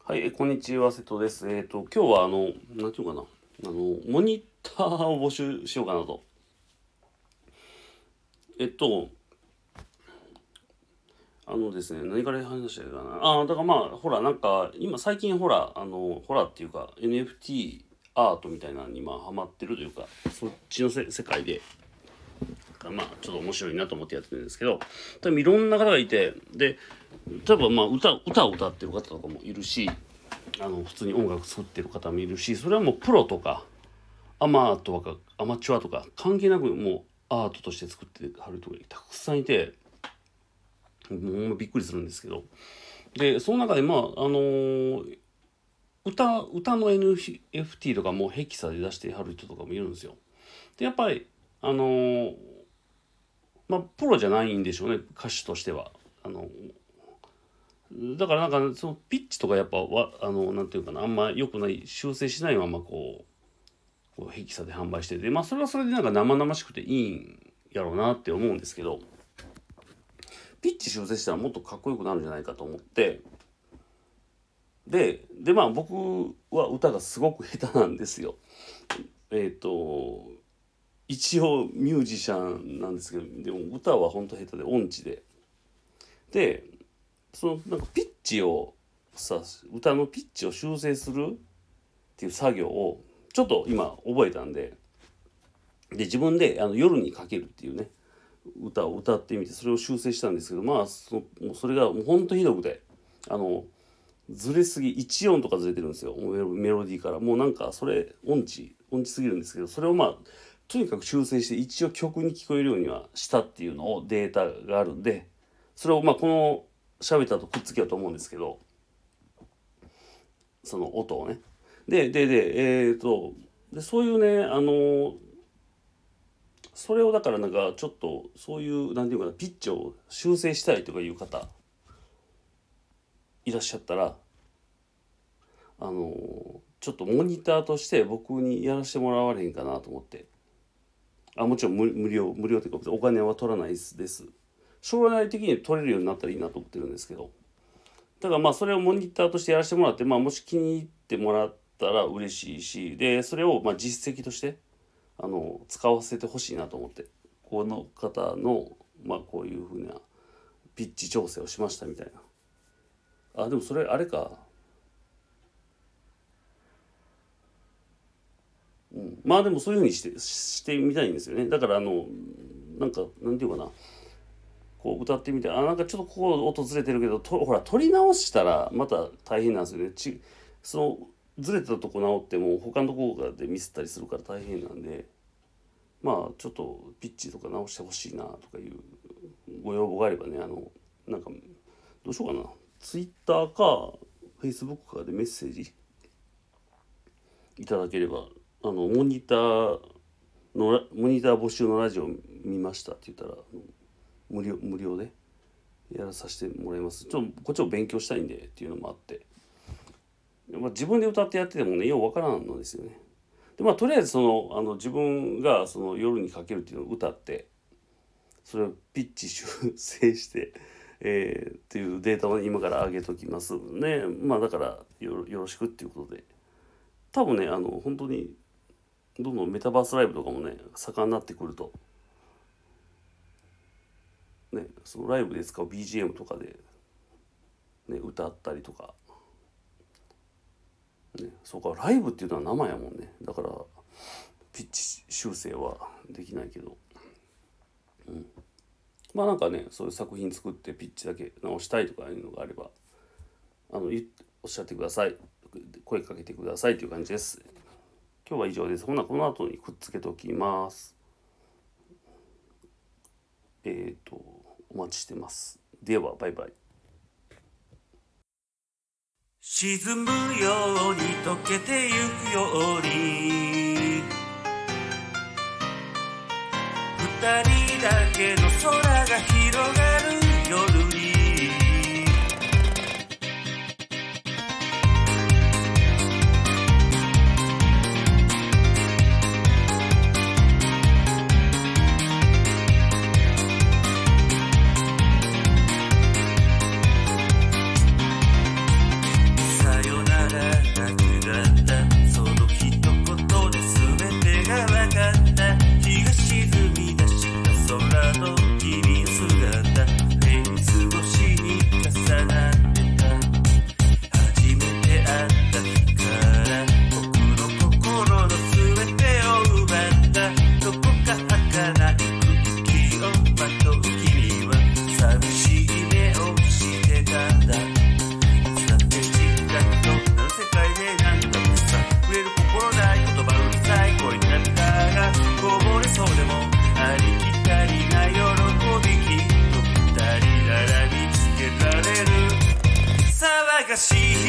はい、こんにちは、瀬戸です。今日はなんていうかな、モニターを募集しようかなと。ですね、何から話したらいいかな。だからほら、なんか、今、最近ほら、ホラーっていうか、NFT アートみたいなのにハマってるというか、そっちの世界で、ちょっと面白いなと思ってやってるんですけど、多分いろんな方がいて、で、例えば歌を歌ってる方とかもいるし、普通に音楽作ってる方もいるし、それはもうプロとかアマチュアとか関係なくもうアートとして作ってはる人がたくさんいて、もうびっくりするんですけど、でその中で歌の NFT とかもヘキサで出してはる人とかもいるんですよ。でやっぱりプロじゃないんでしょうね、歌手としては。だからなんかそのピッチとかやっぱなんていうかな、あんま良くない、修正しないままこうヘキサで販売してて、それはそれでなんか生々しくていいんやろうなって思うんですけど、ピッチ修正したらもっとかっこよくなるんじゃないかと思って、で僕は歌がすごく下手なんですよ。一応ミュージシャンなんですけど、でも歌は本当下手で音痴でそのなんかピッチを歌のピッチを修正するっていう作業をちょっと今覚えたんで、自分で夜にかけるっていうね歌を歌ってみて、それを修正したんですけど、それがもうほんとひどくて、ずれすぎ、1音とかずれてるんですよ、メロディーから。もうなんかそれ音痴すぎるんですけど、それをとにかく修正して一応曲に聞こえるようにはしたっていうのをデータがあるんで、それをこの喋ったとくっつけようと思うんですけど、その音をね。でそういうね、それをだからなんかちょっとそういうなんていうかな、ピッチを修正したいとかいう方いらっしゃったら、ちょっとモニターとして僕にやらせてもらわれへんかなと思って。もちろん無料というかお金は取らないです。将来的に取れるようになったらいいなと思ってるんですけど、だからそれをモニターとしてやらせてもらって、もし気に入ってもらったら嬉しいし、でそれを実績として使わせてほしいなと思って、この方のこういうふうなピッチ調整をしましたみたいな。でもそれあれか、でもそういうふうにしてみたいんですよね。だからなんかなんていうかな、こう歌ってみて、なんかちょっとここ音ずれてるけど、ほら取り直したらまた大変なんですよね。そのずれたとこ直っても他のところでミスったりするから大変なんで、ちょっとピッチとか直してほしいなとかいうご要望があればね、なんかどうしようかな、ツイッターかフェイスブックかでメッセージいただければ、モニター募集のラジオ見ましたって言ったら無料でやらさせてもらいます。こっちも勉強したいんでっていうのもあって、自分で歌ってやっててもねようわからんのですよね。でとりあえず自分がその夜にかけるっていうのを歌って、それをピッチ修正してっていうデータを今から上げときますね。だからよろしくっていうことで、多分ね本当にどんどんメタバースライブとかもね盛んになってくるとね、そのライブで使う BGM とかで、ね、歌ったりとか、そうか、ライブっていうのは生やもんね。だからピッチ修正はできないけど、なんかね、そういう作品作ってピッチだけ直したいとかいうのがあればおっしゃってください、声かけてくださいという感じです。今日は以上です。この後にくっつけておきます。お待ちしてます。ではバイバイ。 沈むように溶けてゆくように、二人だけの空が広がる夜に、さよ探し